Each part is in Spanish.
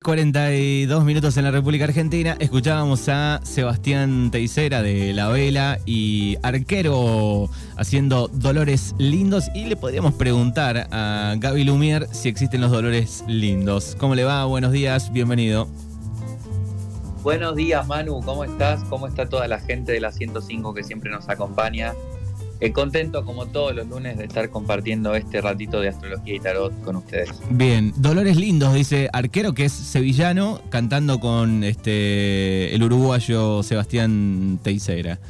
10:42 en la República Argentina. Escuchábamos a Sebastián Teisera de La Vela y Arquero haciendo Dolores Lindos. Y le podríamos preguntar a Gaby Lumier si existen los dolores lindos. ¿Cómo le va? Buenos días, bienvenido. Buenos días, Manu, ¿cómo estás? ¿Cómo está toda la gente de la 105 que siempre nos acompaña? Contento como todos los lunes de estar compartiendo este ratito de astrología y tarot con ustedes. Bien, Dolores Lindos, dice Arquero, que es sevillano, cantando con el uruguayo Sebastián Teisera.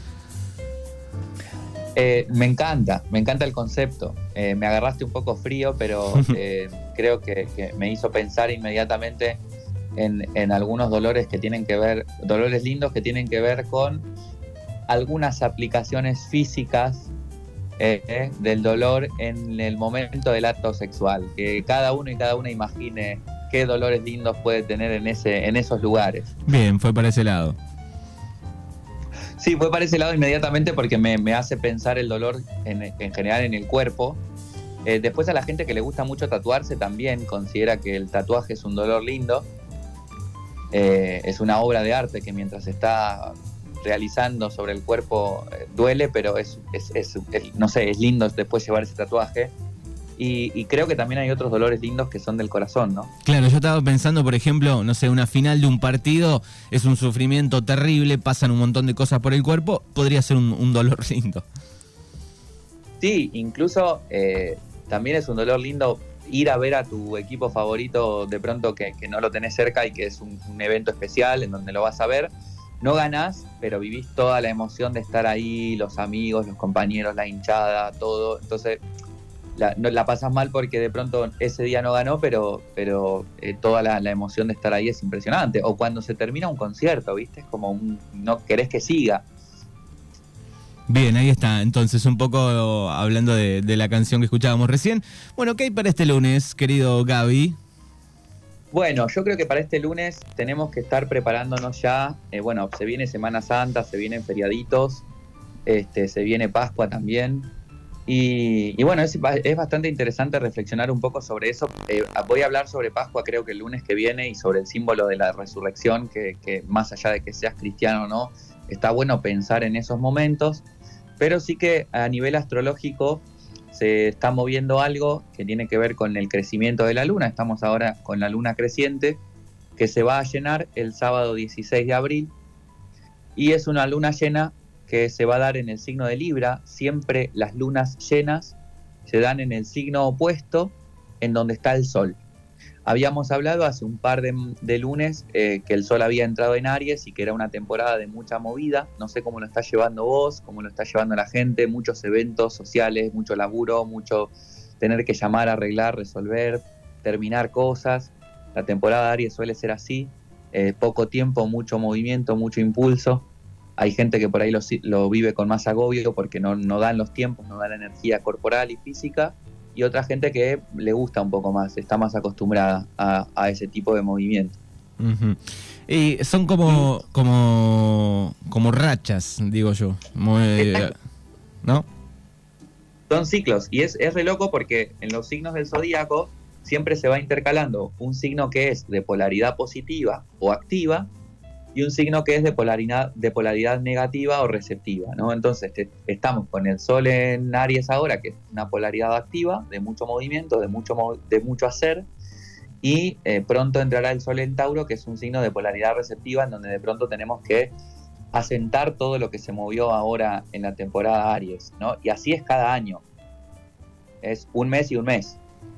Me encanta el concepto. Me agarraste un poco frío, pero creo que me hizo pensar inmediatamente en algunos dolores que tienen que ver, dolores lindos que tienen que ver con algunas aplicaciones físicas del dolor en el momento del acto sexual. Que cada uno y cada una imagine qué dolores lindos puede tener en esos lugares. Bien, fue para ese lado. Sí, fue para ese lado inmediatamente porque me hace pensar el dolor en general en el cuerpo. Después a la gente que le gusta mucho tatuarse también considera que el tatuaje es un dolor lindo. Es una obra de arte que mientras está realizando sobre el cuerpo duele, pero no sé, es lindo después llevar ese tatuaje. Y creo que también hay otros dolores lindos que son del corazón, ¿no? Claro, yo estaba pensando, por ejemplo, no sé, una final de un partido es un sufrimiento terrible, pasan un montón de cosas por el cuerpo, podría ser un dolor lindo. Sí, incluso también es un dolor lindo ir a ver a tu equipo favorito de pronto que no lo tenés cerca y que es un evento especial en donde lo vas a ver. No ganás, pero vivís toda la emoción de estar ahí, los amigos, los compañeros, la hinchada, todo. Entonces la pasás mal porque de pronto ese día no ganó, pero toda la emoción de estar ahí es impresionante. O cuando se termina un concierto, ¿viste? Es como no querés que siga. Bien, ahí está. Entonces, un poco hablando de la canción que escuchábamos recién. Bueno, ¿qué hay para este lunes, querido Gaby? Bueno, yo creo que para este lunes tenemos que estar preparándonos ya. Bueno, se viene Semana Santa, se vienen feriaditos, se viene Pascua también. Y bueno, es bastante interesante reflexionar un poco sobre eso. Voy a hablar sobre Pascua creo que el lunes que viene y sobre el símbolo de la resurrección, que más allá de que seas cristiano o no, está bueno pensar en esos momentos. Pero sí que a nivel astrológico se está moviendo algo que tiene que ver con el crecimiento de la luna. Estamos ahora con la luna creciente, que se va a llenar el sábado 16 de abril. Y es una luna llena que se va a dar en el signo de Libra. Siempre las lunas llenas se dan en el signo opuesto, en donde está el Sol. Habíamos hablado hace un par de lunes que el Sol había entrado en Aries y que era una temporada de mucha movida. No sé cómo lo estás llevando vos, cómo lo está llevando la gente, muchos eventos sociales, mucho laburo, mucho tener que llamar, arreglar, resolver, terminar cosas. La temporada de Aries suele ser así, poco tiempo, mucho movimiento, mucho impulso. Hay gente que por ahí lo vive con más agobio porque no dan los tiempos, no da la energía corporal y física. Y otra gente que le gusta un poco más, está más acostumbrada a ese tipo de movimiento. Uh-huh. Y son como rachas, digo yo, ¿no? Son ciclos, y es re loco porque en los signos del zodíaco siempre se va intercalando un signo que es de polaridad positiva o activa y un signo que es de polaridad negativa o receptiva, ¿no? Entonces estamos con el Sol en Aries ahora, que es una polaridad activa, de mucho movimiento, de mucho hacer, y pronto entrará el Sol en Tauro, que es un signo de polaridad receptiva, en donde de pronto tenemos que asentar todo lo que se movió ahora en la temporada Aries, ¿no? Y así es cada año, es un mes y un mes.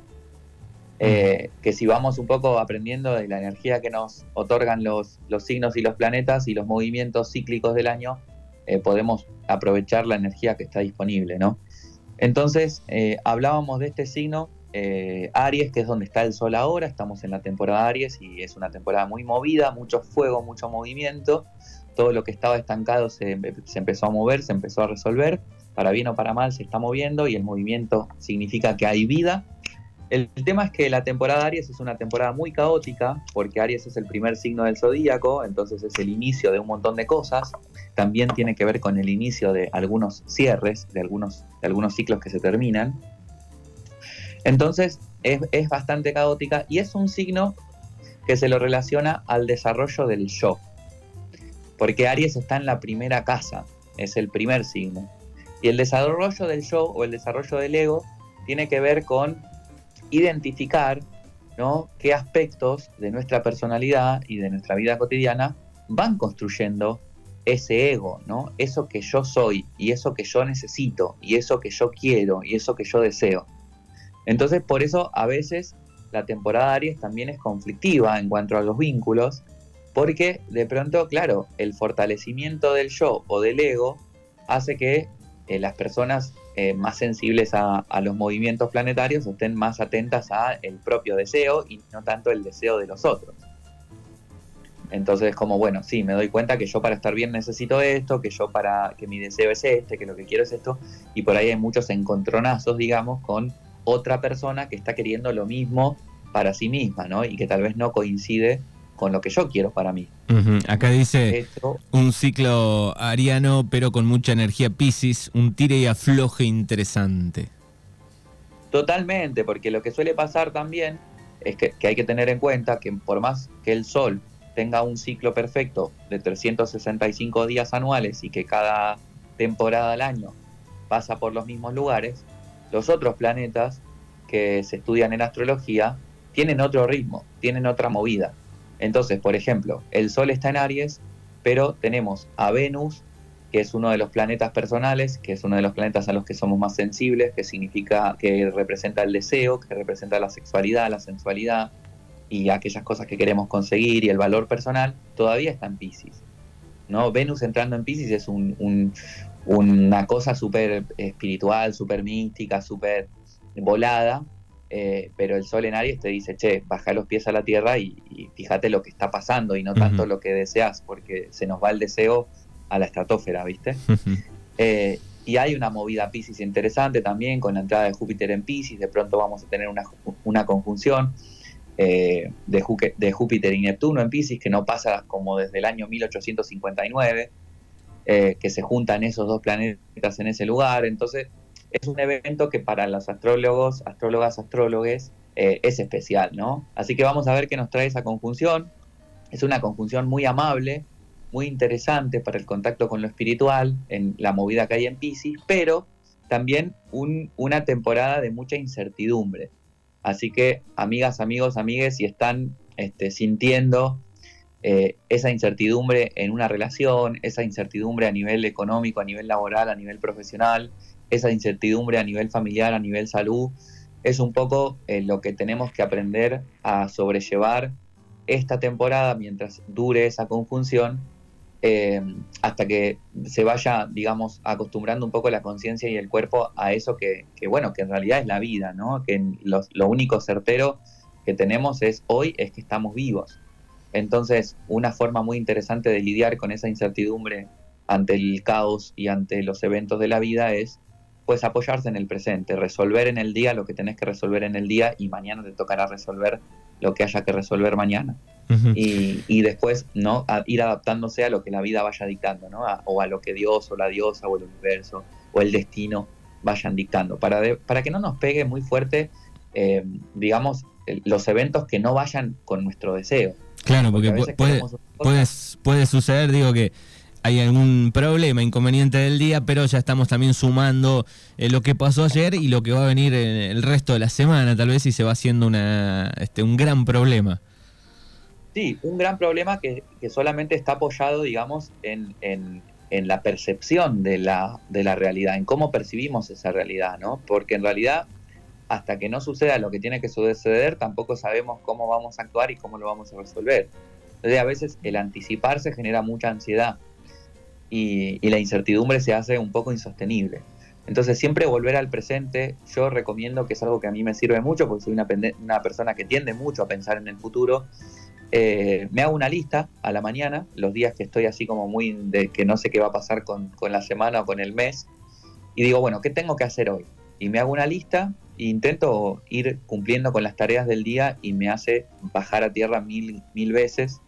Que si vamos un poco aprendiendo de la energía que nos otorgan los signos y los planetas y los movimientos cíclicos del año, podemos aprovechar la energía que está disponible, ¿no? Entonces, hablábamos de este signo, Aries, que es donde está el Sol ahora. Estamos en la temporada Aries y es una temporada muy movida, mucho fuego, mucho movimiento. Todo lo que estaba estancado se empezó a mover, se empezó a resolver. Para bien o para mal se está moviendo y el movimiento significa que hay vida. El tema es que la temporada Aries es una temporada muy caótica, porque Aries es el primer signo del zodíaco, entonces es el inicio de un montón de cosas. También tiene que ver con el inicio de algunos cierres, de algunos ciclos que se terminan. Entonces es bastante caótica y es un signo que se lo relaciona al desarrollo del yo. Porque Aries está en la primera casa, es el primer signo. Y el desarrollo del yo o el desarrollo del ego tiene que ver con identificar, ¿no?, qué aspectos de nuestra personalidad y de nuestra vida cotidiana van construyendo ese ego, ¿no? Eso que yo soy y eso que yo necesito y eso que yo quiero y eso que yo deseo. Entonces, por eso a veces la temporada de Aries también es conflictiva en cuanto a los vínculos, porque de pronto, claro, el fortalecimiento del yo o del ego hace que las personas más sensibles a los movimientos planetarios estén más atentas al propio deseo y no tanto el deseo de los otros. Entonces, como bueno, sí, me doy cuenta que yo para estar bien necesito esto, que yo para que mi deseo es este, que lo que quiero es esto, y por ahí hay muchos encontronazos, digamos, con otra persona que está queriendo lo mismo para sí misma, ¿no? Y que tal vez no coincide con lo que yo quiero para mí. Acá dice un ciclo ariano, pero con mucha energía Piscis, un tire y afloje interesante. Totalmente, porque lo que suele pasar también es que hay que tener en cuenta que por más que el Sol tenga un ciclo perfecto de 365 días anuales y que cada temporada al año pasa por los mismos lugares, los otros planetas que se estudian en astrología tienen otro ritmo, tienen otra movida. Entonces, por ejemplo, el Sol está en Aries, pero tenemos a Venus, que es uno de los planetas personales, que es uno de los planetas a los que somos más sensibles, que significa que representa el deseo, que representa la sexualidad, la sensualidad y aquellas cosas que queremos conseguir y el valor personal, todavía está en Piscis, ¿no? Venus entrando en Piscis es una cosa súper espiritual, súper mística, súper volada, pero el Sol en Aries te dice, che, baja los pies a la tierra y fíjate lo que está pasando y no tanto lo que deseas, porque se nos va el deseo a la estratosfera, ¿viste? Y hay una movida Piscis interesante también con la entrada de Júpiter en Piscis, de pronto vamos a tener una conjunción de Júpiter y Neptuno en Piscis, que no pasa como desde el año 1859, que se juntan esos dos planetas en ese lugar. Entonces es un evento que para los astrólogos, astrólogues, es especial, ¿no? Así que vamos a ver qué nos trae esa conjunción. Es una conjunción muy amable, muy interesante para el contacto con lo espiritual, en la movida que hay en Piscis, pero también una temporada de mucha incertidumbre. Así que, amigas, amigos, amigues, si están sintiendo esa incertidumbre en una relación, esa incertidumbre a nivel económico, a nivel laboral, a nivel profesional, esa incertidumbre a nivel familiar, a nivel salud, es un poco lo que tenemos que aprender a sobrellevar esta temporada mientras dure esa conjunción, hasta que se vaya, digamos, acostumbrando un poco la conciencia y el cuerpo a eso que en realidad es la vida, ¿no? Que lo único certero que tenemos hoy es que estamos vivos. Entonces, una forma muy interesante de lidiar con esa incertidumbre ante el caos y ante los eventos de la vida es, pues, apoyarse en el presente, resolver en el día lo que tenés que resolver en el día y mañana te tocará resolver lo que haya que resolver mañana. Y después, ¿no?, ir adaptándose a lo que la vida vaya dictando, ¿no? O a lo que Dios o la diosa o el universo o el destino vayan dictando, para que no nos pegue muy fuerte, digamos, los eventos que no vayan con nuestro deseo. Claro, porque puede suceder, digo, que hay algún problema, inconveniente del día, pero ya estamos también sumando lo que pasó ayer y lo que va a venir el resto de la semana, tal vez, y se va haciendo un gran problema. Sí, un gran problema que solamente está apoyado, digamos, en la percepción de la realidad, en cómo percibimos esa realidad, ¿no? Porque en realidad, hasta que no suceda lo que tiene que suceder, tampoco sabemos cómo vamos a actuar y cómo lo vamos a resolver. Entonces, a veces el anticiparse genera mucha ansiedad y la incertidumbre se hace un poco insostenible. Entonces, siempre volver al presente, yo recomiendo, que es algo que a mí me sirve mucho, porque soy una persona que tiende mucho a pensar en el futuro. Me hago una lista a la mañana, los días que estoy así como muy de que no sé qué va a pasar con la semana o con el mes, y digo, bueno, ¿qué tengo que hacer hoy? Y me hago una lista e intento ir cumpliendo con las tareas del día y me hace bajar a tierra mil veces,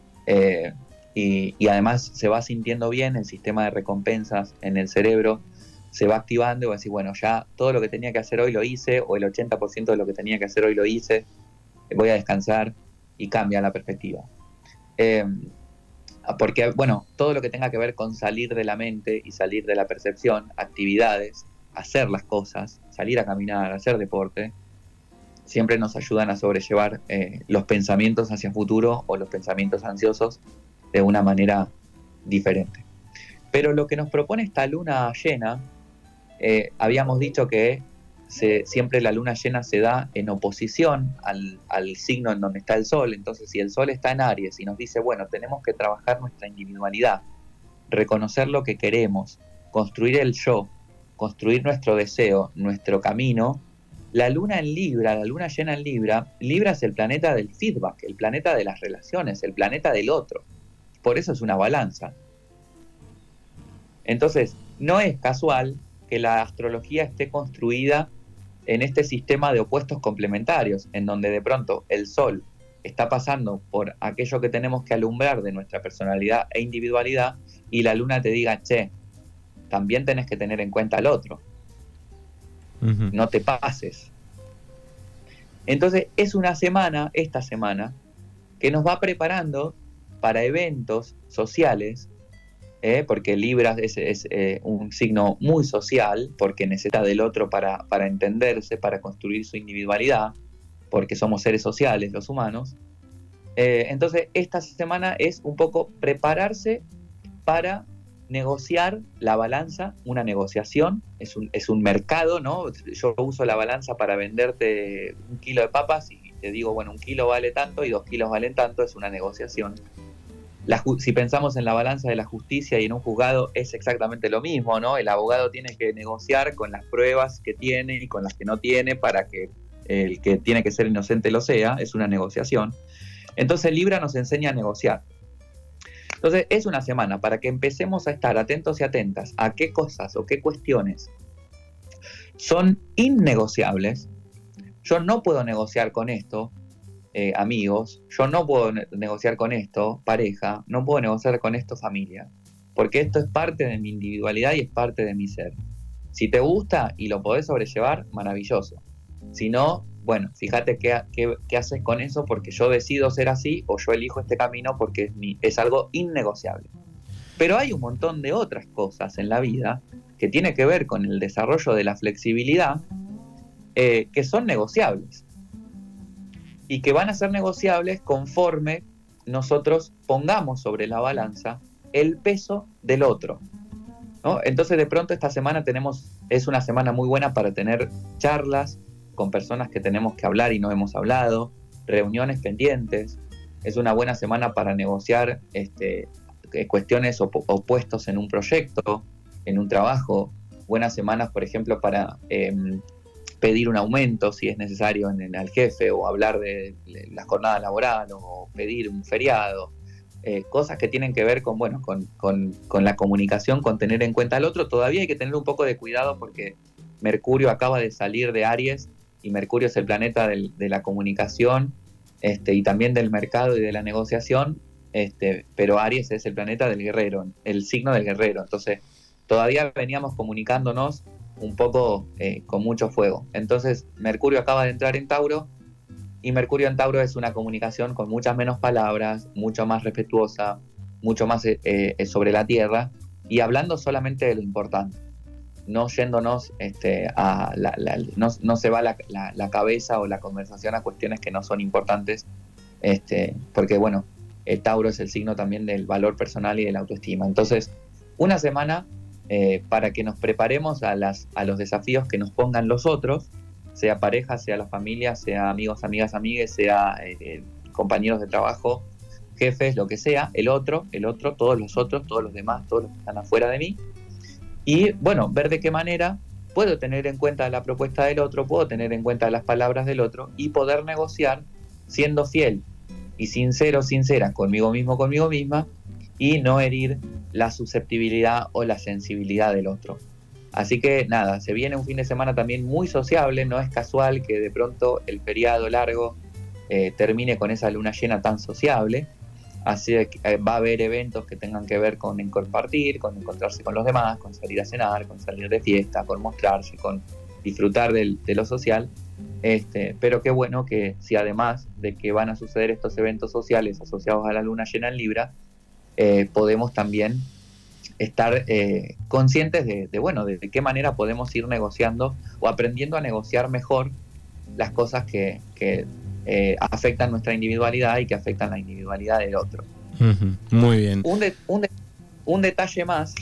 y además se va sintiendo bien, el sistema de recompensas en el cerebro se va activando y va a decir, bueno, ya todo lo que tenía que hacer hoy lo hice, o el 80% de lo que tenía que hacer hoy lo hice, voy a descansar. y cambia la perspectiva. Porque, bueno, todo lo que tenga que ver con salir de la mente y salir de la percepción, actividades, hacer las cosas, salir a caminar, hacer deporte, siempre nos ayudan a sobrellevar los pensamientos hacia el futuro o los pensamientos ansiosos de una manera diferente. Pero lo que nos propone esta luna llena, habíamos dicho que siempre la luna llena se da en oposición al signo en donde está el Sol. Entonces, si el Sol está en Aries y nos dice, bueno, tenemos que trabajar nuestra individualidad, reconocer lo que queremos, construir el yo, construir nuestro deseo, nuestro camino, la luna en Libra, la luna llena en Libra, Libra es el planeta del feedback, el planeta de las relaciones, el planeta del otro. Por eso es una balanza. Entonces, no es casual que la astrología esté construida en este sistema de opuestos complementarios, en donde de pronto el Sol está pasando por aquello que tenemos que alumbrar de nuestra personalidad e individualidad, y la luna te diga, che, también tenés que tener en cuenta al otro. No te pases. Entonces es una semana, esta semana, que nos va preparando para eventos sociales, porque Libra es un signo muy social, porque necesita del otro para entenderse, para construir su individualidad, porque somos seres sociales los humanos. Entonces esta semana es un poco prepararse para negociar la balanza, una negociación, es un mercado, ¿no? Yo uso la balanza para venderte 1 kilo de papas y te digo, bueno, 1 kilo vale tanto y 2 kilos valen tanto, es una negociación. Si pensamos en la balanza de la justicia y en un juzgado, es exactamente lo mismo, ¿no? El abogado tiene que negociar con las pruebas que tiene y con las que no tiene para que el que tiene que ser inocente lo sea, es una negociación. Entonces Libra nos enseña a negociar. Entonces es una semana para que empecemos a estar atentos y atentas a qué cosas o qué cuestiones son innegociables. Yo no puedo negociar con esto, amigos, yo no puedo negociar con esto, pareja, no puedo negociar con esto, familia, porque esto es parte de mi individualidad y es parte de mi ser. Si te gusta y lo podés sobrellevar, maravilloso. Si no, bueno, fíjate qué haces con eso, porque yo decido ser así o yo elijo este camino porque es algo innegociable. Pero hay un montón de otras cosas en la vida que tiene que ver con el desarrollo de la flexibilidad, que son negociables y que van a ser negociables conforme nosotros pongamos sobre la balanza el peso del otro, ¿no? Entonces de pronto esta semana es una semana muy buena para tener charlas con personas que tenemos que hablar y no hemos hablado, reuniones pendientes. Es una buena semana para negociar cuestiones opuestos en un proyecto, en un trabajo. Buenas semanas, por ejemplo, para pedir un aumento si es necesario al jefe, o hablar de la jornada laboral, o pedir un feriado. Cosas que tienen que ver con la comunicación, con tener en cuenta al otro. Todavía hay que tener un poco de cuidado porque Mercurio acaba de salir de Aries, y Mercurio es el planeta de la comunicación, y también del mercado y de la negociación, pero Aries es el planeta del guerrero, el signo del guerrero. Entonces todavía veníamos comunicándonos un poco con mucho fuego. Entonces Mercurio acaba de entrar en Tauro, y Mercurio en Tauro es una comunicación con muchas menos palabras, mucho más respetuosa, mucho más sobre la tierra, y hablando solamente de lo importante, no yéndonos no se va la cabeza o la conversación a cuestiones que no son importantes, porque bueno, Tauro es el signo también del valor personal y de la autoestima. Entonces, una semana para que nos preparemos a los desafíos que nos pongan los otros, sea pareja, sea la familia, sea amigos, amigas, amigues, sea compañeros de trabajo, jefes, lo que sea, el otro, todos los otros, todos los demás, todos los que están afuera de mí. Y bueno, ver de qué manera puedo tener en cuenta la propuesta del otro, puedo tener en cuenta las palabras del otro y poder negociar siendo fiel y sincero, sincera conmigo mismo, conmigo misma, y no herir la susceptibilidad o la sensibilidad del otro. Así que nada, se viene un fin de semana también muy sociable. No es casual que de pronto el feriado largo termine con esa luna llena tan sociable. Así que va a haber eventos que tengan que ver con compartir, con encontrarse con los demás, con salir a cenar, con salir de fiesta, con mostrarse, con disfrutar de lo social. Pero qué bueno que si además de que van a suceder estos eventos sociales asociados a la luna llena en Libra, podemos también estar conscientes bueno, de qué manera podemos ir negociando o aprendiendo a negociar mejor las cosas que afectan nuestra individualidad y que afectan la individualidad del otro. Muy bien. Un detalle más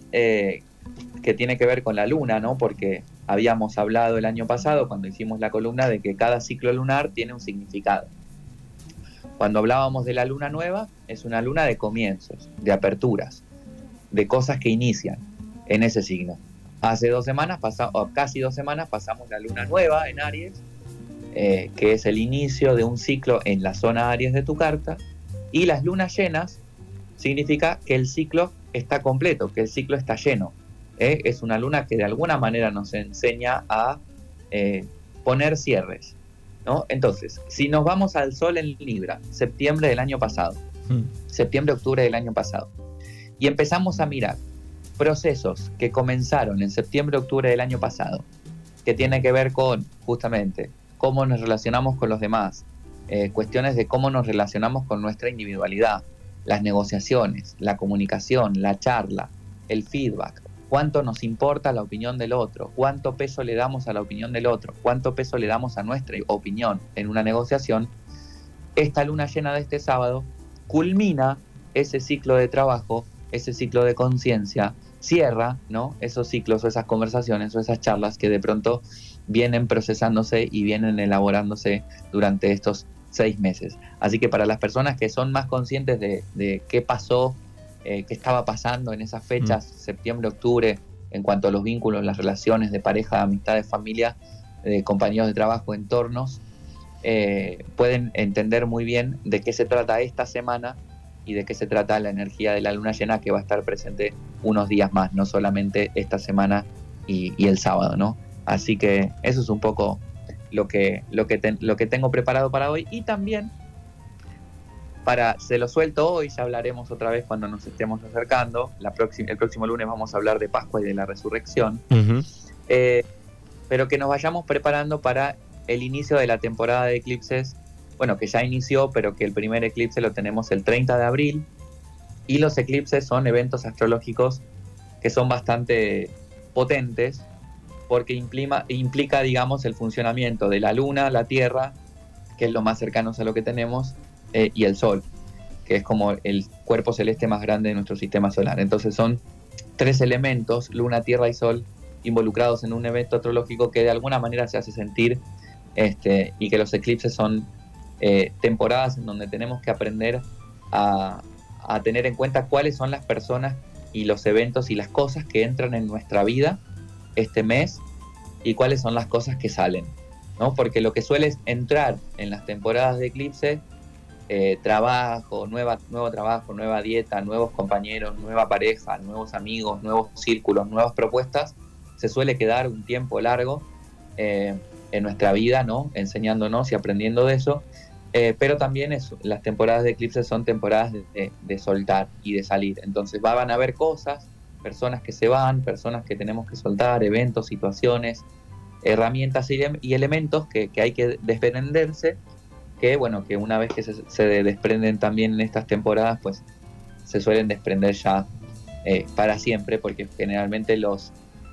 que tiene que ver con la luna, ¿no? Porque habíamos hablado el año pasado, cuando hicimos la columna, de que cada ciclo lunar tiene un significado. Cuando hablábamos de la luna nueva, es una luna de comienzos, de aperturas, de cosas que inician en ese signo. Hace 2 semanas, o casi 2 semanas, pasamos la luna nueva en Aries, que es el inicio de un ciclo en la zona Aries de tu carta, y las lunas llenas significa que el ciclo está completo, que el ciclo está lleno. Es una luna que de alguna manera nos enseña a poner cierres, ¿no? Entonces, si nos vamos al Sol en Libra, septiembre del año pasado, septiembre-octubre del año pasado, y empezamos a mirar procesos que comenzaron en septiembre-octubre del año pasado, que tienen que ver con, justamente, cómo nos relacionamos con los demás, cuestiones de cómo nos relacionamos con nuestra individualidad, las negociaciones, la comunicación, la charla, el feedback, cuánto nos importa la opinión del otro, cuánto peso le damos a la opinión del otro, cuánto peso le damos a nuestra opinión en una negociación. Esta luna llena de este sábado culmina ese ciclo de trabajo, ese ciclo de conciencia, cierra, ¿no?, esos ciclos o esas conversaciones o esas charlas que de pronto vienen procesándose y vienen elaborándose durante estos 6 meses. Así que para las personas que son más conscientes de qué pasó, qué estaba pasando en esas fechas, septiembre, octubre, en cuanto a los vínculos, las relaciones de pareja, amistades, familia, compañeros de trabajo, entornos, pueden entender muy bien de qué se trata esta semana y de qué se trata la energía de la luna llena, que va a estar presente unos días más, no solamente esta semana y el sábado, ¿no? Así que eso es un poco lo que tengo preparado para hoy. Y también, se lo suelto hoy, ya hablaremos otra vez cuando nos estemos acercando. El próximo lunes vamos a hablar de Pascua y de la Resurrección. Pero que nos vayamos preparando para el inicio de la temporada de eclipses, bueno, que ya inició, pero que el primer eclipse lo tenemos el 30 de abril. Y los eclipses son eventos astrológicos que son bastante potentes, porque implica, digamos, el funcionamiento de la luna, la tierra, que es lo más cercano a lo que tenemos, y el sol, que es como el cuerpo celeste más grande de nuestro sistema solar. Entonces son 3 elementos, luna, tierra y sol, involucrados en un evento astrológico que de alguna manera se hace sentir, y que los eclipses son temporadas en donde tenemos que aprender a tener en cuenta cuáles son las personas y los eventos y las cosas que entran en nuestra vida este mes y cuáles son las cosas que salen, ¿no? Porque lo que suele entrar en las temporadas de eclipse, trabajo, nuevo trabajo, nueva dieta, nuevos compañeros, nueva pareja, nuevos amigos, nuevos círculos, nuevas propuestas, se suele quedar un tiempo largo en nuestra vida, ¿no?, enseñándonos y aprendiendo de eso. Pero también las temporadas de eclipse son temporadas de soltar y de salir. Entonces van a haber cosas, personas que se van, personas que tenemos que soltar, eventos, situaciones, herramientas y elementos que hay que desprenderse, que bueno, que una vez que se desprenden también en estas temporadas, pues se suelen desprender ya para siempre, porque generalmente los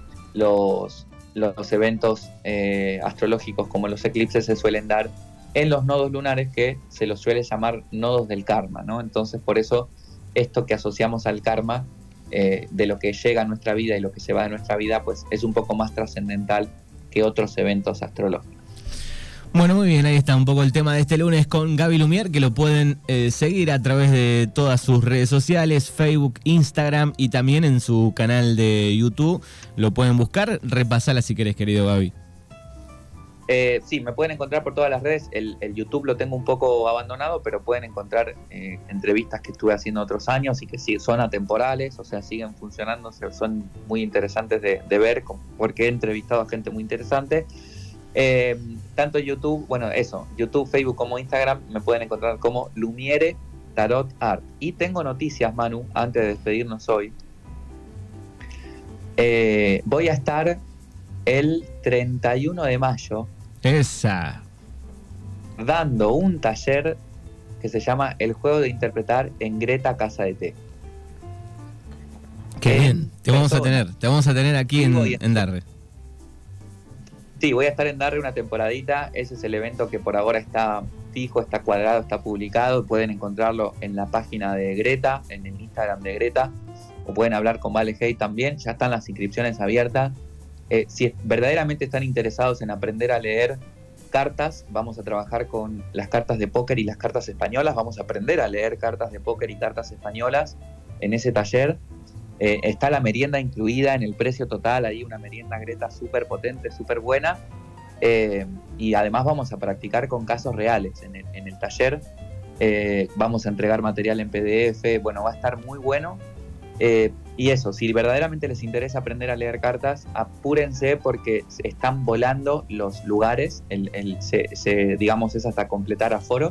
eventos astrológicos como los eclipses se suelen dar en los nodos lunares, que se los suele llamar nodos del karma, ¿no? Entonces, por eso esto que asociamos al karma, de lo que llega a nuestra vida y lo que se va de nuestra vida, pues es un poco más trascendental que otros eventos astrológicos. Bueno, muy bien, ahí está un poco el tema de este lunes con Gaby Lumière, que lo pueden seguir a través de todas sus redes sociales, Facebook, Instagram, y también en su canal de YouTube. Lo pueden buscar, repasala si querés, querido Gaby. Sí, me pueden encontrar por todas las redes. El YouTube lo tengo un poco abandonado, pero pueden encontrar entrevistas que estuve haciendo otros años y que sí, son atemporales, o sea, siguen funcionando, son muy interesantes de ver, porque he entrevistado a gente muy interesante. Tanto YouTube, YouTube, Facebook como Instagram me pueden encontrar como Lumière Tarot Art. Y tengo noticias, Manu, antes de despedirnos hoy. Voy a estar el 31 de mayo Esa. dando un taller que se llama El juego de interpretar en Greta Casa de Té. Qué bien. Te vamos a tener aquí Sí, en Darre. Sí, voy a estar en Darre una temporadita. Ese es el evento que por ahora está fijo, está cuadrado, está publicado. Pueden encontrarlo en la página de Greta, en el Instagram de Greta, o pueden hablar con Vale Hey también. Ya están las inscripciones abiertas. Si verdaderamente están interesados en aprender a leer cartas, vamos a trabajar con las cartas de póker y las cartas españolas. Vamos a aprender a leer cartas de póker y cartas españolas en ese taller. Está la merienda incluida en el precio total, ahí una merienda Greta súper potente, súper buena. Y además vamos a practicar con casos reales en el taller. Vamos a entregar material en PDF. Bueno, va a estar muy bueno. Y eso, si verdaderamente les interesa aprender a leer cartas, apúrense porque están volando los lugares. Digamos, es hasta completar aforo.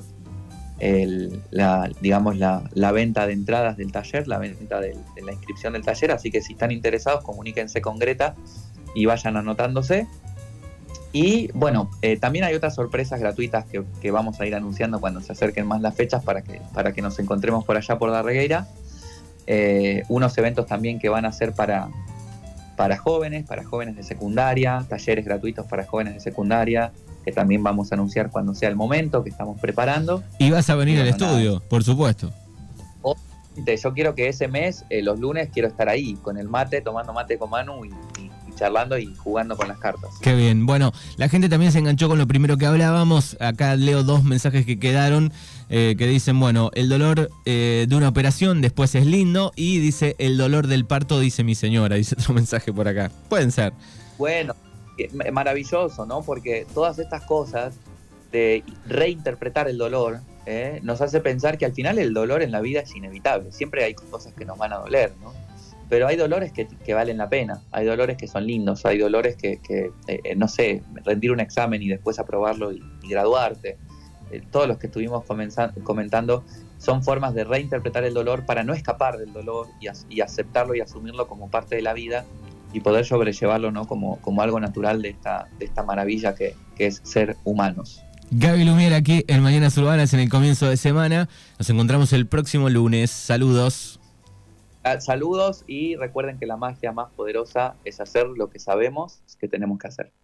La venta de entradas del taller, la venta de la inscripción del taller. Así que si están interesados, comuníquense con Greta y vayan anotándose. Y bueno, también hay otras sorpresas gratuitas que vamos a ir anunciando cuando se acerquen más las fechas para que nos encontremos por allá por Darregueira. Unos eventos también que van a ser para jóvenes de secundaria, talleres gratuitos para jóvenes de secundaria, que también vamos a anunciar cuando sea el momento, que estamos preparando. Y vas a venir al estudio, por supuesto. Yo quiero que ese mes, los lunes, quiero estar ahí, con el mate, tomando mate con Manu y charlando y jugando con las cartas. Qué bien. Bueno, la gente también se enganchó con lo primero que hablábamos. Acá leo 2 mensajes que quedaron, que dicen, bueno, el dolor de una operación después es lindo, y dice, el dolor del parto, dice mi señora, dice otro mensaje por acá. Pueden ser. Bueno, maravilloso, ¿no? Porque todas estas cosas de reinterpretar el dolor nos hace pensar que al final el dolor en la vida es inevitable. Siempre hay cosas que nos van a doler, ¿no? Pero hay dolores que valen la pena, hay dolores que son lindos, hay dolores no sé, rendir un examen y después aprobarlo y graduarte. Todos los que estuvimos comentando son formas de reinterpretar el dolor para no escapar del dolor y aceptarlo y asumirlo como parte de la vida y poder sobrellevarlo, ¿no? como algo natural de esta maravilla que es ser humanos. Gaby Lumière aquí en Mañanas Urbanas en el comienzo de semana. Nos encontramos el próximo lunes. Saludos. Saludos y recuerden que la magia más poderosa es hacer lo que sabemos que tenemos que hacer.